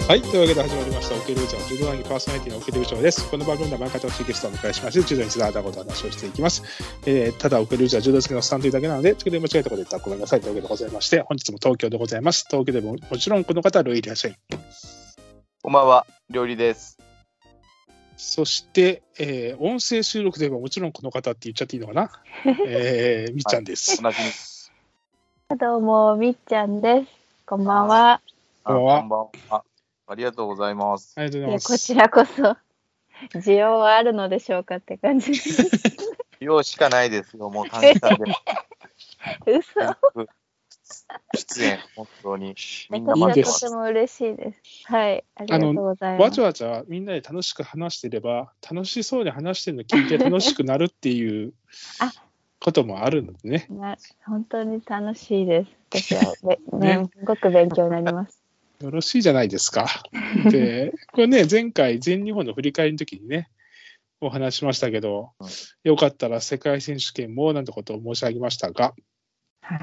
はい、というわけで始まりました、オケルーチャー柔道談義パーソナリティのオケルーチャーです。この番組では毎回楽しいゲストをお迎えしまして、柔道についてあだこと話をしていきます。ただ、オケルーチャー柔道好きのスタンというだけなので、時々間違えたこと言ったらごめんなさいというわけでございまして、本日も東京でございます。東京でももちろんこの方はルイいらっしゃい。 こんばんは、料理です。 そして、音声収録でももちろんこの方って言っちゃっていいのかなみっちゃんです。 はい、同じにどうも、みっちゃんです。こんばんは。 こんばんは。 こんばんは。ありがとうございます。 ありがとうございます。 こちらこそ、需要はあるのでしょうかって感じ。 需要しかないですよ、もう短期間で。 嘘。 出演、本当に。 みんな待ってます。とても嬉しいです。はい、ありがとうございます。 わちゃわちゃみんなで楽しく話していれば、楽しそうに話してるの聞いて楽しくなるっていうこともあるのでね。 本当に楽しいです。私はね、すごく勉強になります。 よろしいじゃないですか。で、これね、前回、全日本の振り返りの時にね、お話しましたけど、よかったら世界選手権もなんてことを申し上げましたが、 はい、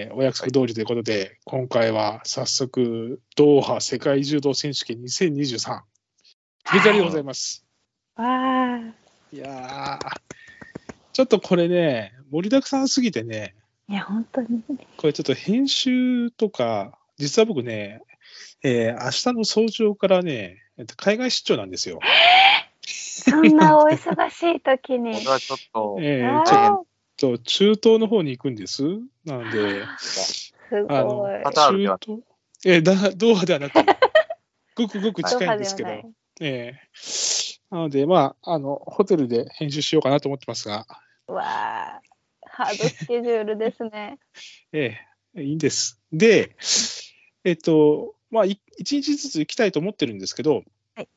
お約束通りということで、今回は早速、ドーハ世界柔道選手権2023、振り返りでございます。 わいやー、ちょっとこれね、盛りだくさんすぎてね、 いや、本当に。 これちょっと編集とか、実は僕ね、明日の早朝からね、海外出張なんですよ。 そんなお忙しい時に。 これはちょっと、 ちょっと中東の方に行くんです。なので、 すごい。 カタールではドーハではなく、ごくごく近いんですけど、なので、まあ、ホテルで編集しようかなと思ってますが。 わー、ハードスケジュールですね。 いいんです。で、まあ、1日ずつ行きたいと思ってるんですけど、 はい、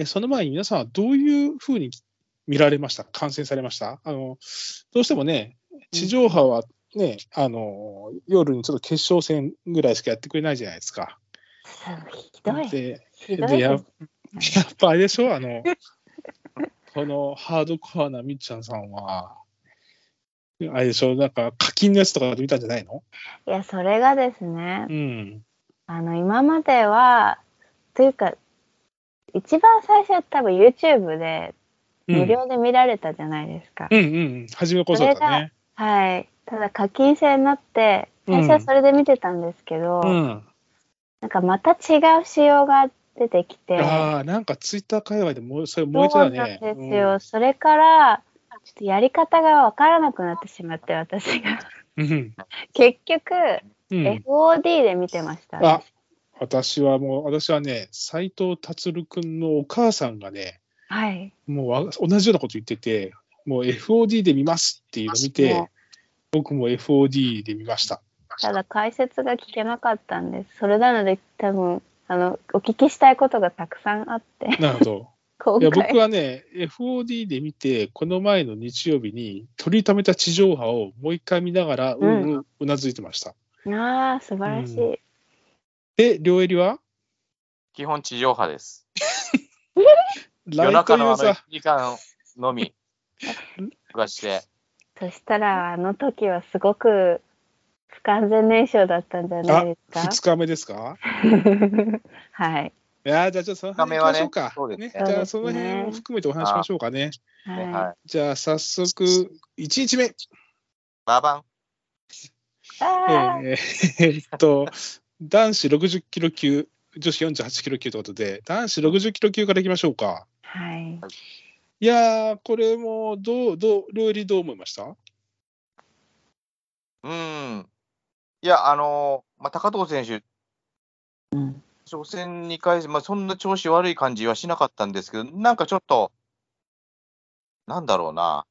その前に皆さんはどういうふうに見られました？観戦されました？どうしてもね、地上波はね、夜にちょっと決勝戦ぐらいしかやってくれないじゃないですか。 ひどい。 でやっぱあれでしょ、このハードコアなみっちゃんさんは、あれでしょ、なんか課金のやつとかで見たんじゃないの？ いや、それがですね、 うん、 今までは、というか、一番最初は多分 YouTube で無料で見られたじゃないですか。 初めこそだったね。 はい。ただ課金制になって、最初はそれで見てたんですけど、なんかまた違う仕様が出てきて。 なんかツイッター界隈でもそれ燃えてたね。 そうなんですよ。それから、ちょっとやり方がわからなくなってしまって、私が。結局、FOD で見てました。 私はね、斉藤達君のお母さんがね、もう同じようなこと言ってて、もう FOD で見ますっていうのを見て、僕も FOD で見ました。 ただ解説が聞けなかったんです。それなので多分お聞きしたいことがたくさんあって。 なるほど。いや僕はね、FOD で見て、この前の日曜日に取りためた地上波をもう一回見ながら、うなずいてました。 素晴らしい。 で、両襟は基本地上波です。 夜中の 1時間のみ、がして。 そしたら、時はすごく不完全燃焼だったんじゃないですか ？2日目ですか？ はい。 いや、じゃあちょっとその辺行きましょうか。じゃあその辺を含めてお話しましょうかね。じゃあ早速、1日目。 ババン。 男子60キロ級、女子48キロ級ということで、男子60キロ級からいきましょうか。 はい。 いやー、これも両襟どう思いました？ いや、高藤選手、初戦2回、そんな調子悪い感じはしなかったんですけど、なんかちょっと、なんだろうな。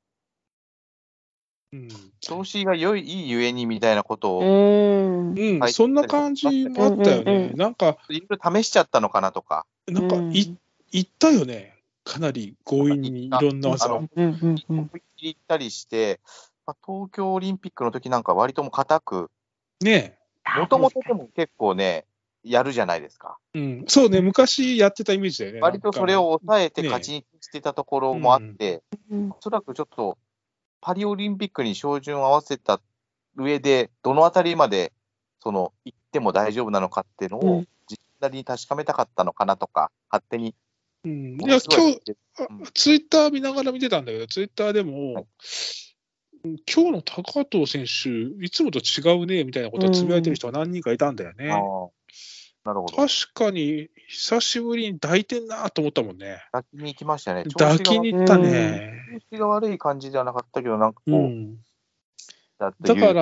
調子がいいゆえにみたいなことを。 そんな感じもあったよね。なんか、 いろいろ試しちゃったのかなとか。 なんか、言ったよね。かなり強引にいろんな技を。 思いっきり行ったりして、東京オリンピックの時なんか割とも硬く、もともとでも結構ね、やるじゃないですか。 そうね、昔やってたイメージだよね。 割とそれを抑えて勝ちにしてたところもあって、おそらくちょっとパリオリンピックに照準を合わせた上で、どのあたりまで行っても大丈夫なのかっていうのを実なりに確かめたかったのかなとか、勝手に。 いや、今日、ツイッター見ながら見てたんだけど、ツイッターでも、今日の高藤選手、いつもと違うねみたいなことをつぶやいてる人が何人かいたんだよね。 なるほど。 確かに、久しぶりに抱いてんなと思ったもんね。 抱きに行きましたね。 抱きに行ったね。 調子が悪い感じじゃなかったけど、なんかこう。 だから、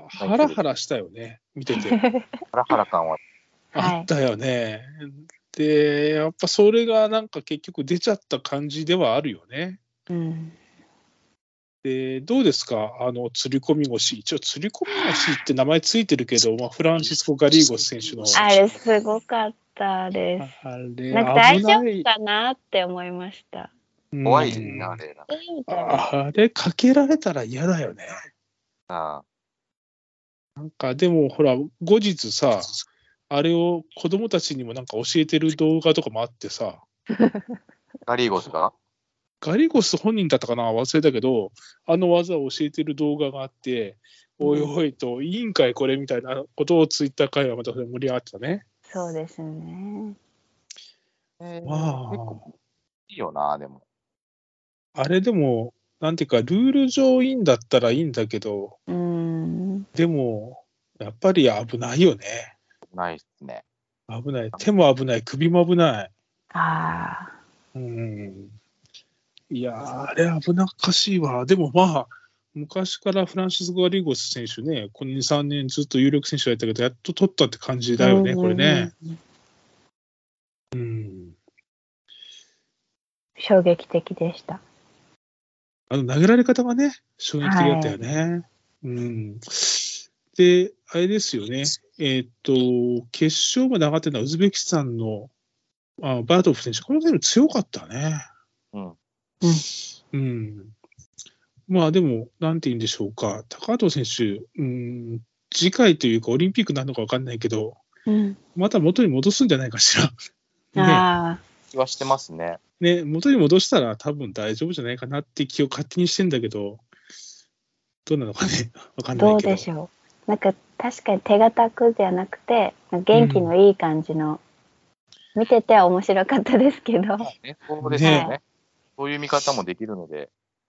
ハラハラしたよね、見てて。 ハラハラ感は。 あったよね。で、やっぱそれがなんか結局出ちゃった感じではあるよね。で、どうですか、釣り込み腰。一応、釣り込み腰って名前ついてるけど、フランシスコ・ガリーゴス選手の。 あれ、すごかったです。なんか大丈夫かなって思いました。 怖いな、あれ。 あれ、かけられたら嫌だよね。なんか、でも、ほら、後日さ、あれを子供たちにもなんか教えてる動画とかもあってさ。 ガリーゴスがガリゴス本人だったかな忘れたけど、あの技を教えてる動画があって、おいおいと、いいんかいこれみたいなことをツイッター会話また盛り上がってたね。 そうですね。 まあ、 いいよな、でも。 あれでも、なんていうか、ルール上いいんだったらいいんだけど、でも、やっぱり危ないよね。 危ないっすね。 危ない。手も危ない、首も危ない。いやー、あれ危なっかしいわ。でもまあ、昔からフランシスコ・ガリーゴス選手ね、この2、3年ずっと有力選手だったけど、やっと取ったって感じだよね、これね。 衝撃的でした。 投げられ方がね、衝撃的だったよね。で、あれですよね、決勝まで上がってるのはウズベキスタンのバートフ選手、この選手強かったね。まあでも、なんて言うんでしょうか、高藤選手、次回というかオリンピックなのか分かんないけど、また元に戻すんじゃないかしら。 気はしてますね。 元に戻したら多分大丈夫じゃないかなって気を勝手にしてんだけど、どうなのかね、分かんないけど。 どうでしょう。なんか確かに手堅くじゃなくて、元気のいい感じの、見てては面白かったですけど。 そうですよね。そういう見方もできるので。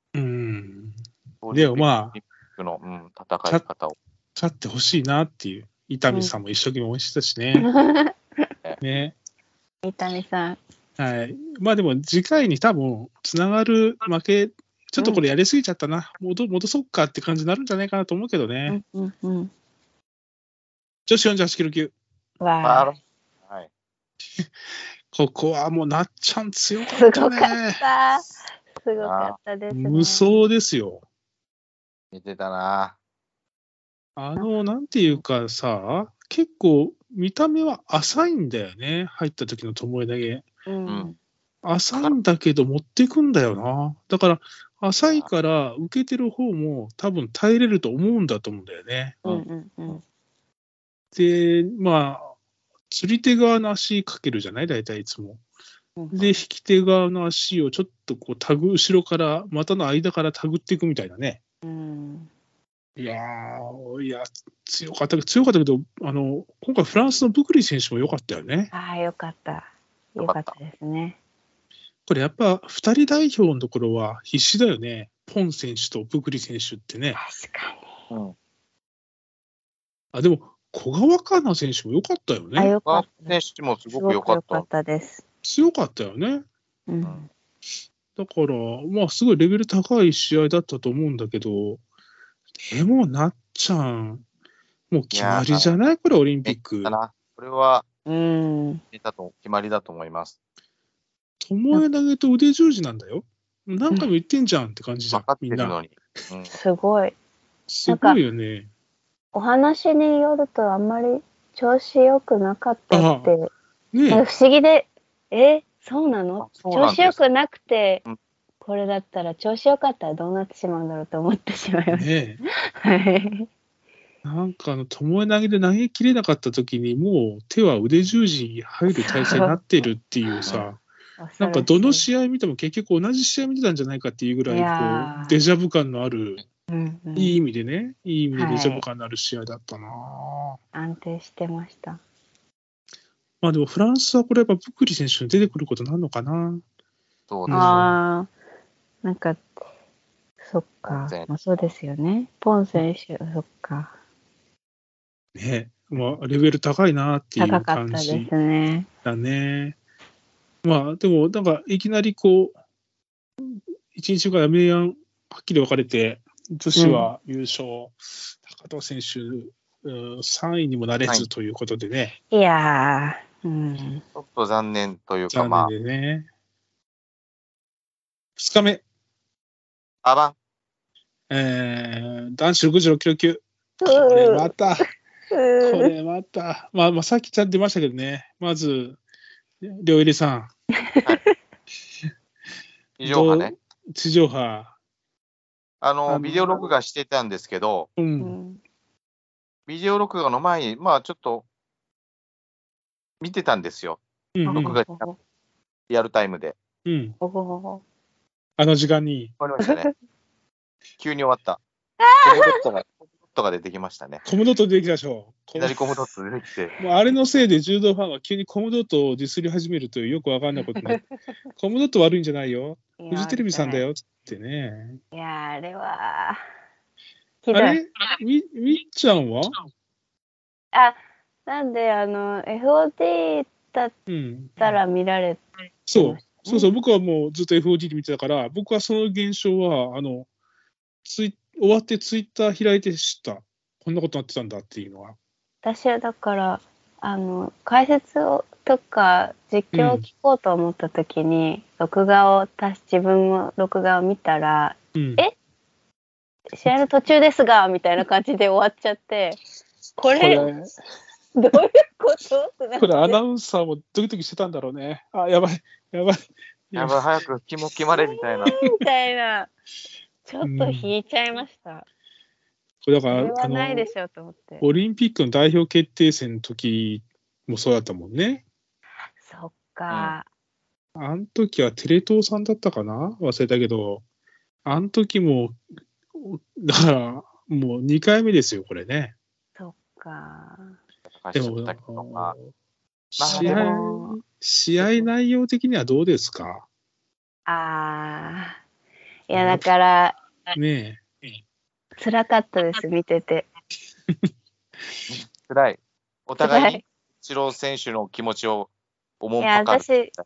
でもまあ、 戦い方を。 勝ってほしいなっていう、伊丹さんも一生懸命応援してたしね。 伊丹さん。 はい。まあでも次回に多分つながる負け、ちょっとこれやりすぎちゃったな、戻そっかって感じになるんじゃないかなと思うけどね。女子48キロ級。 はい。 ここはもうなっちゃん強かったね。 すごかったですね。 無双ですよ。 見てたな。 なんていうかさ、結構見た目は浅いんだよね。入った時の巴投げ。浅いんだけど持っていくんだよな。だから浅いから受けてる方も多分耐えれると思うんだと思うんだよね。で、まあ、釣り手側の足かけるじゃない大体いつも。で、引き手側の足をちょっとこう後ろから、股の間から手繰っていくみたいなね。いや、強かったけど、今回フランスのブクリ選手も良かったよね。 良かった。良かったですね。 これやっぱ2人代表のところは必死だよね。ポン選手とブクリ選手ってね。 確かに。でも、小川香菜選手も良かったよね。 良かった。 選手もすごく良かった。 です。 強かったよね。だから、まあ、すごいレベル高い試合だったと思うんだけど、でも、なっちゃん、もう決まりじゃないこれ、オリンピック。 これは、決まりだと思います。 巴投げと腕十字なんだよ。何回も言ってんじゃんって感じじゃん、みんな。 すごい。 すごいよね。 お話によると、あんまり調子良くなかったって、不思議で、そうなの？調子良くなくて、これだったら調子良かったらどうなってしまうんだろうと思ってしまいました。 なんか巴投げで投げきれなかった時にもう手は腕十字に入る体勢になってるっていうさ、なんかどの試合見ても結局同じ試合見てたんじゃないかっていうぐらいこうデジャブ感のある、いい意味でね、いい意味でデジャブ感のある試合だったな。 安定してました。 まあでもフランスはこれやっぱブクリ選手に出てくることになるのかな。 そうですね。 なんか、そっか。まあ、そうですよね。ポン選手、そっか。 ね、まあレベル高いなっていう感じ高かったですね。 だね。まあでもなんかいきなりこう、1日が明暗はっきり分かれて、女子は優勝、高藤選手、3位にもなれずということでね。 いやー、ちょっと残念というか、 残念でね。2日目。男子66キロ級。これまた、まあさっきちゃんと出ましたけどね。まず、両入さん。 地上波ね。 地上波。 ビデオ録画してたんですけど、ビデオ録画の前に、まあちょっと、見てたんですよ。録画リアルタイムで。 あの時間に。 終わりましたね。急に終わった。コムドットが出てきましたね。 コムドット出てきたでしょ。 左コムドット出てきて。 もうあれのせいで柔道ファンは急にコムドットをディスり始めるというよくわかんないことね。コムドット悪いんじゃないよ。フジテレビさんだよってね。 いやあれは。 あれみっちゃんはなんでFOD だったら見られて、 そう、僕はもうずっと FOD で見てたから、僕はその現象は、終わってツイッター開いて知った。こんなことになってたんだっていうのは。 私はだから、解説とか実況を聞こうと思った時に、自分も録画を見たら、試合の途中ですが、みたいな感じで終わっちゃって、これどういうことこれアナウンサーもドキドキしてたんだろうね。やばい。 早く気も決まれみたいな。 ちょっと引いちゃいました。 これだから、 それはないでしょうと思って。 オリンピックの代表決定戦の時もそうだったもんね。 そっか。 あの時はテレ東さんだったかな忘れたけど、あの時も、だから、もう2回目ですよ、これね。 そっか。 でも、試合内容的にはどうですか？ いや、だから、 ね辛かったです、見てて。 辛い。お互いに、イチロー選手の気持ちを思うかかる。 いや、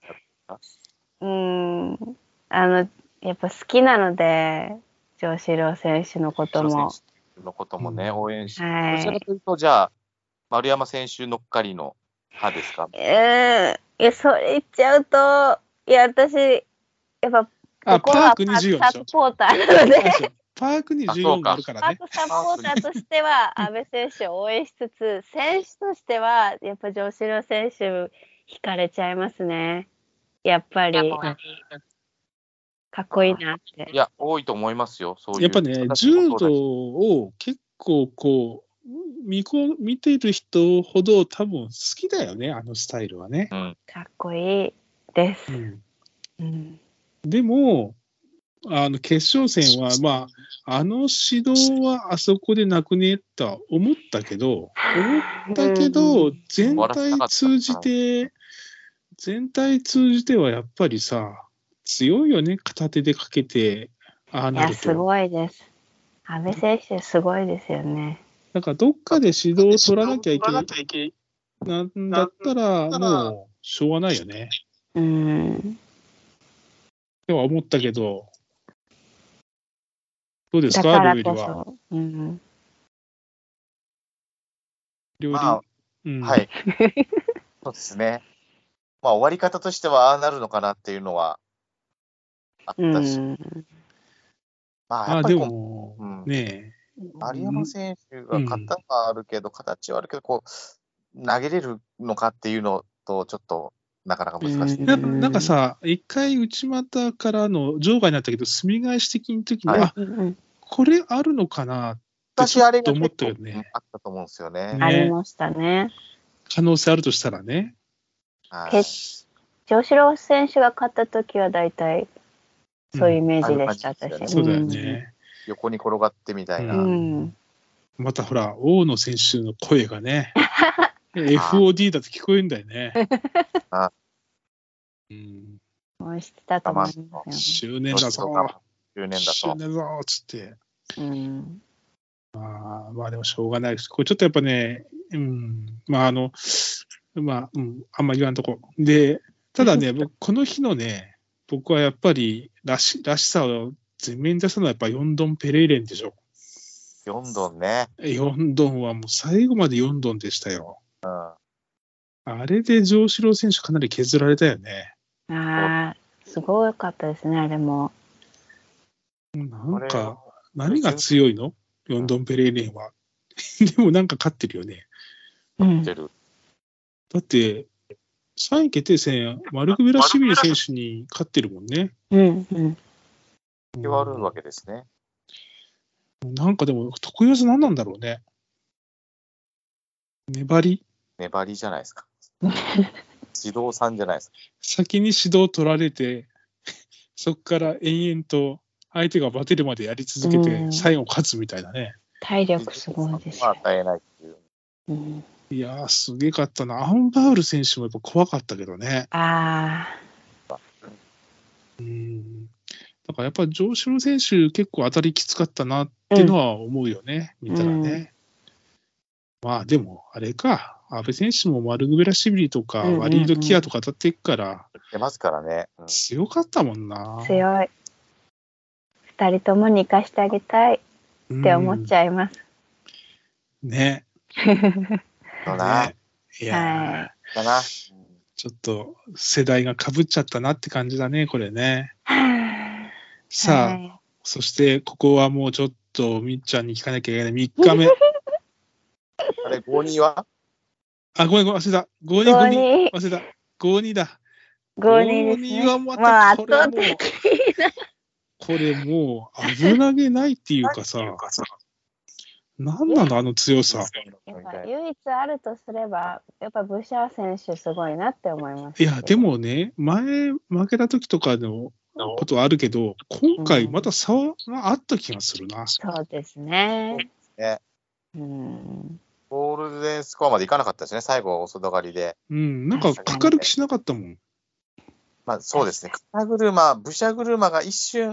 私、やっぱ好きなので、城志郎選手のことも。 ね、応援し、どちらかというと、じゃあ、丸山選手乗っかりの派ですか？ いや、それ言っちゃうと、いや、私、やっぱ、ここはパークサポーターなので。 パーク24があるからね。 パークサポーターとしては、阿部選手を応援しつつ、選手としては、やっぱ城志郎選手、惹かれちゃいますね。やっぱり。かっこいいなって。 いや、多いと思いますよ、そういう。 やっぱね、柔道を結構こう、見てる人ほど多分好きだよね、あのスタイルはね。 かっこいいです。 でも、決勝戦は、まあ、指導はあそこでなくねとは思ったけど、全体通じてはやっぱりさ、強いよね、片手でかけて、なると。 いや、すごいです。阿部選手、すごいですよね。 なんかどっかで指導を取らなきゃいけない。なんだったら、もう、しょうがないよね。とは思ったけど、どうですか、料理は。料理、 はい。そうですね。まあ、終わり方としては、ああなるのかなっていうのはあったし。 まあ、でも、ねえ。丸山選手が型はあるけど、形はあるけど、こう、投げれるのかっていうのと、ちょっと、なかなか難しい。 なんかさ、一回内股からの場外になったけど、隅返し的な時に、これあるのかなってちょっと思ったよね。 あったと思うんですよね。 ありましたね。 可能性あるとしたらね。 城志郎選手が勝った時は大体そういうイメージでした、私。 そうだよね。 横に転がってみたいな。 またほら、大野選手の声がね。 FOD だと聞こえるんだよね。 応援してたと思いますよ。 執念だぞ。 執念だ執と。 念だぞつって。まあでもしょうがないです。これちょっとやっぱね、まああんま言わんとこ。で、ただね、この日のね、僕はやっぱりらしさを前面に出すのはやっぱヨンドン・ペレイレンでしょ。 ヨンドンね。 ヨンドンはもう最後までヨンドンでしたよ。あれで城志郎選手かなり削られたよね。 すごいかったですね、あれも。 なんか、何が強いのヨンドン・ペレイレンは。でもなんか勝ってるよね。 勝ってる。 だって、3位決定戦、マルクベラシビリ選手に勝ってるもんね。 あるわけですね。 なんかでも、得意技何なんだろうね。粘りじゃないですか。指導さんじゃないですか。 先に指導取られて、そこから延々と相手がバテるまでやり続けて、最後勝つみたいなね。 体力すごいですよ。 与えないっていう。 いやー、すげえかったな。アンバウル選手もやっぱ怖かったけどね。だからやっぱ城志郎選手結構当たりきつかったなってのは思うよね、見たらね。まあでも、あれか、阿部選手もマルグベラシビリとか、ワリード・キアとか当たっていくから、 出ますからね。 強かったもんな。 強い。2人ともに生かしてあげたいって思っちゃいます。 ね。 そうな。 いやちょっと世代がかぶっちゃったなって感じだね、これね。さあ、そしてここはもうちょっとみっちゃんに聞かなきゃいけない3日目。 あれ、5-2はごめん、忘れた。5-2、忘れた。5-2だ。5-2はまたこれもう、これもう危なげないっていうかさ、なんなのあの強さ。 やっぱ唯一あるとすれば、やっぱブシャー選手すごいなって思います。 いや、でもね、前負けた時とかのことはあるけど、今回また差があった気がするな。 そうですね。 ゴールデンスコアまでいかなかったですね、最後、遅がりで。 なんかかかる気しなかったもん。 まあそうですね、ブシャ車が一瞬、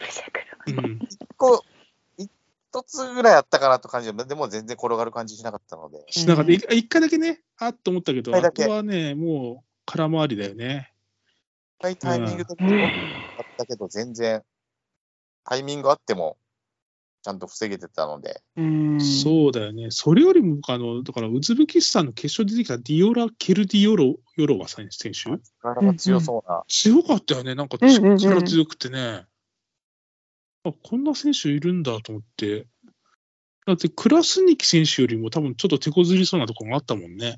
一つぐらいあったかなと感じで、でも全然転がる感じしなかったので。 しなかった。一回だけね、あっと思ったけど、あとはね、もう空回りだよね。 一回タイミング的にあったけど、全然、タイミングあっても、ちゃんと防げてたので。 そうだよね。それよりも、だから、ウズベキスタンの決勝で出てきたケルディヨロワ選手。 体が強そうな。 強かったよね。なんか力強くてね。こんな選手いるんだと思って。だって、クラスニキ選手よりも多分ちょっと手こずりそうなところがあったもんね。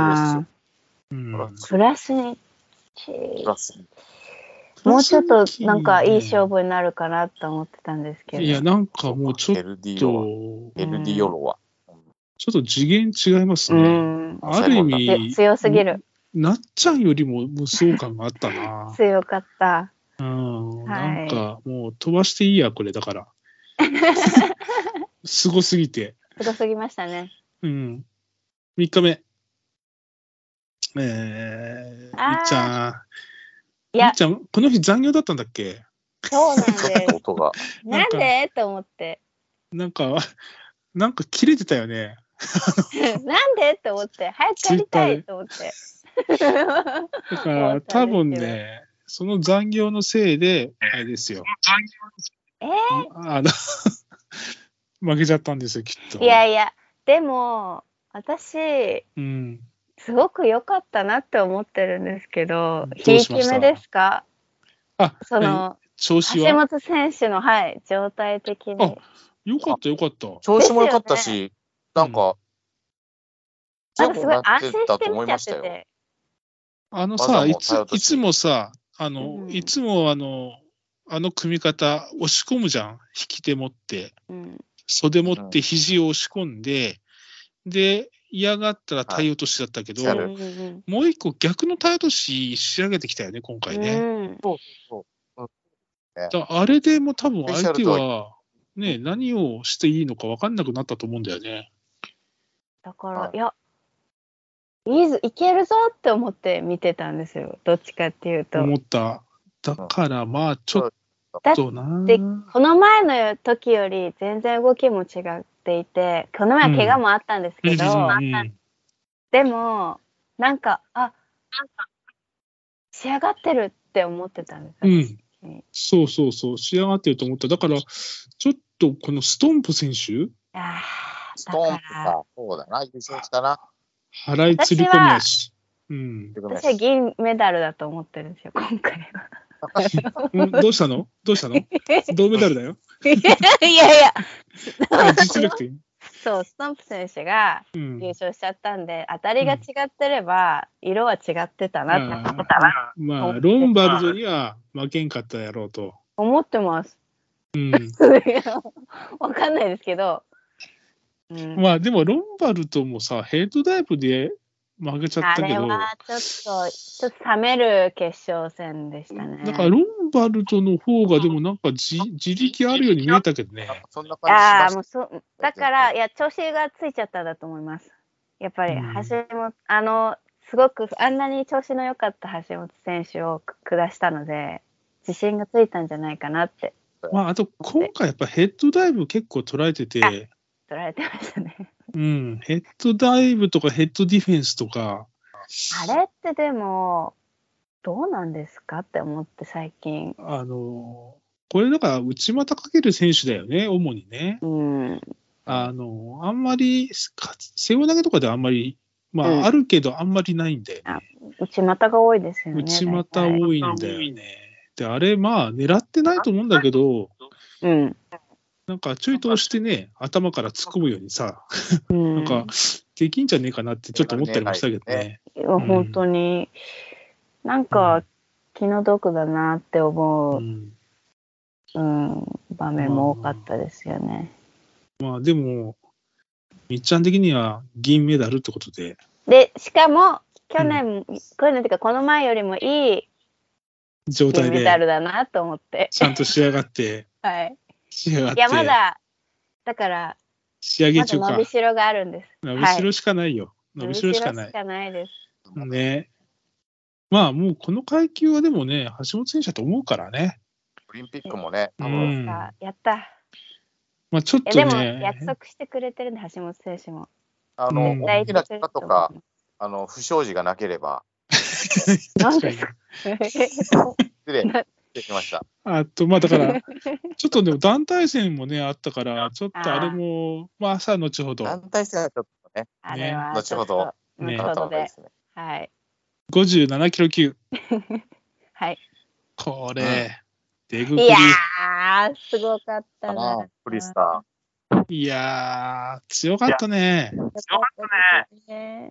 クラスニキ。もうちょっとなんかいい勝負になるかなと思ってたんですけど。 いや、なんかもうちょっと。エルディヨロは。 ちょっと次元違いますね。ある意味。 強すぎる。 なっちゃんよりも無双感があったな。 強かった。 なんかもう飛ばしていいや、これだから。すごすぎて。 すごすぎましたね。 3日目。みっちゃん。みっちゃん、この日残業だったんだっけ？ そうなんです。なんでと思って。 なんか切れてたよね。 なんでって思って、早く帰りたいと思って。 だから多分ね、その残業のせいで、あれですよ。負けちゃったんですよ、きっと。 いやいや、でも、私、すごく良かったなって思ってるんですけど、ひいき目ですか？ 調子は？ 橋本選手の、状態的に。 よかった、よかった。 調子も良かったし、なんかすごい安心して見ちゃってて。 さ、いつもさ、いつも組み方、押し込むじゃん。引き手持って。袖持って肘を押し込んで、で、嫌がったら体落としだったけど、もう一個逆の体落とし仕上げてきたよね、今回ね。あれでも多分相手は、ね、何をしていいのか分かんなくなったと思うんだよね。 だから、いや、 いけるぞって思って見てたんですよ。どっちかっていうと。 思った。だからまあちょっとな。 で、この前の時より全然動きも違っていて、この前怪我もあったんですけど、でも、なんか仕上がってるって思ってたんです。 そうそうそう、仕上がってると思った。だから、ちょっとこのストンプ選手ストンプか、そうだな、優勝したな。 払い釣り込みやし。 私は銀メダルだと思ってるんですよ、今回は。 どうしたの銅メダルだよ。 いやいや。 実力的に。 そう、ストンプ選手が優勝しちゃったんで、当たりが違ってれば、色は違ってたなって思ったら。 まあ、ロンバルドには負けんかったやろうと。 思ってます。わかんないですけど。 まあ、でも、ロンバルドもさ、ヘッドダイブで負けちゃったけど。 あれはちょっと冷める決勝戦でしたね。 だから、ロンバルドの方が、でもなんか自力あるように見えたけどね。 もうだから、いや、調子がついちゃったんだと思います。やっぱり、橋本、すごく、あんなに調子の良かった橋本選手を下したので、自信がついたんじゃないかなって。 まあ、あと、今回やっぱヘッドダイブ結構捉えてて。 捉えてましたね。 ヘッドダイブとかヘッドディフェンスとか。 あれってでも、どうなんですかって思って最近。 これだから内股かける選手だよね、主にね。あんまり、背負い投げとかであんまり、まあ、あるけどあんまりないんだよね。 内股が多いですよね。 内股多いんだよね。で、あれ、まあ、狙ってないと思うんだけど、なんかちょい通してね、頭から突っ込むようにさ、なんか、できんじゃねえかなってちょっと思ったりもしたけどね。 本当に、なんか気の毒だなって思う、場面も多かったですよね。 まあでも、みっちゃん的には銀メダルってことで。 で、しかも、去年っていうか、この前よりもいい状態で、 銀メダルだなと思って。 ちゃんと仕上がって。 はい。 仕上がって。 いや、まだ、だから、 仕上げ中か。 まだ伸びしろがあるんです。 伸びしろしかないよ。伸びしろしかない。 伸びしろしかないです。 ね。まあ、もうこの階級はでもね、橋本選手だと思うからね。 オリンピックもね。 やった。 まあちょっとね。 でも、約束してくれてるんで、橋本選手も。 大きな怪我とか、不祥事がなければ。 何ですか失礼してきました。 まあだから、ちょっとでも団体戦もね、あったから、ちょっとあれも、まあ、後ほど。 団体戦はちょっとね、後ほど。 後ほどで。はい。 57キロ級。 はい。 これ、デグクリ。 いやー、すごかったな。 クリスター。いやー、強かったね。 強かったね。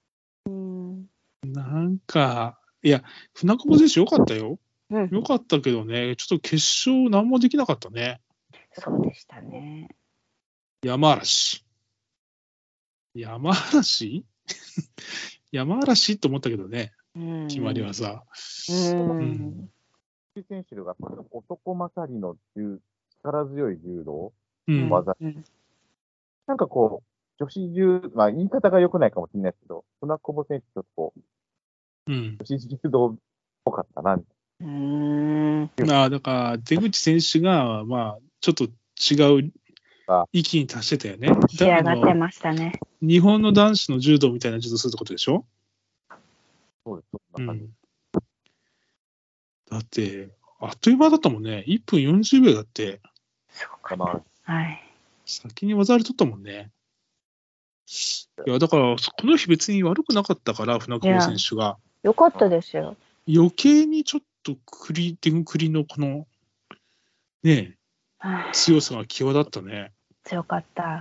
なんか、いや、船久保選手よかったよ。よかったけどね、ちょっと決勝何もできなかったね。 そうでしたね。 山嵐山嵐と思ったけどね、決まりはさ。 選手が男勝りの力強い柔道、技。なんかこう、女子柔、まあ言い方が良くないかもしれないですけど、船久保選手ちょっとこう、女子柔道っぽかったな。 だから、出口選手が、まあ、ちょっと違う域に達してたよね。 仕上がってましたね。 日本の男子の柔道みたいな柔道するってことでしょ？ そうです。 だって、あっという間だったもんね。1分40秒だって。 はい。 先に技あり取ったもんね。いや、だから、この日別に悪くなかったから、船久保選手が。 よかったですよ。 余計にちょっとデグクリのこの、ね、強さが際立ったね。 強かった。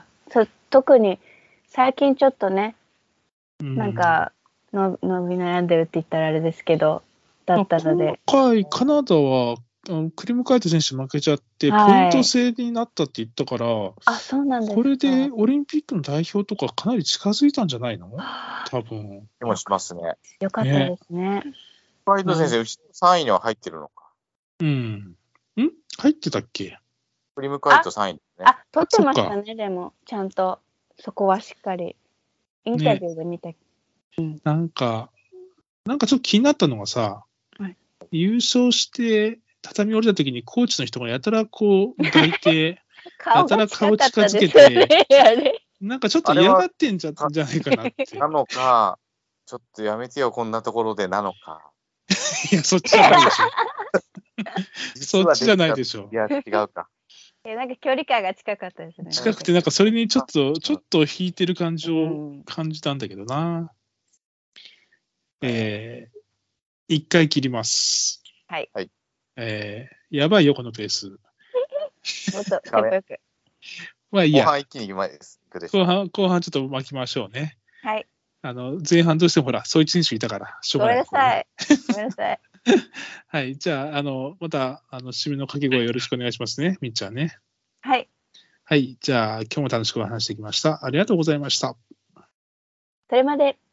特に、最近ちょっとね、なんか伸び悩んでるって言ったらあれですけど、だったので。 今回、カナダは、クリムカイト選手負けちゃって、ポイント制になったって言ったから、 そうなんですか。 これでオリンピックの代表とかかなり近づいたんじゃないの？多分。 でもしますね。 よかったですね。 カイト先生、3位には入ってるのか。 入ってたっけ？ クリムカイト3位ですね。 取ってましたね、でも、ちゃんと、そこはしっかり。インタビューで見たなんかちょっと気になったのがさ、 はい、 優勝して畳降りた時にコーチの人がやたらこう抱いてやたら顔近づけて、なんかちょっと嫌がってんじゃないかなって。 なのか、ちょっとやめてよ、こんなところでなのか。 いや、そっちじゃないでしょ。そっちじゃないでしょ。 いや、違うか。 なんか距離感が近かったですね。 近くて、なんかそれにちょっと引いてる感じを感じたんだけどな。一回切ります。 はい。 やばいよ、このペース。 もっとテンポよく。 まあいいや。 後半一気に後半ちょっと巻きましょうね。 はい。 前半どうしてもほら、そういう選手いたから、しょうがない。 ごめんなさい。ごめんなさい。 はい。じゃあ、また、締めの掛け声よろしくお願いしますね。みっちゃんね。 はい。 はい。じゃあ、今日も楽しく話してきました。ありがとうございました。 それまで。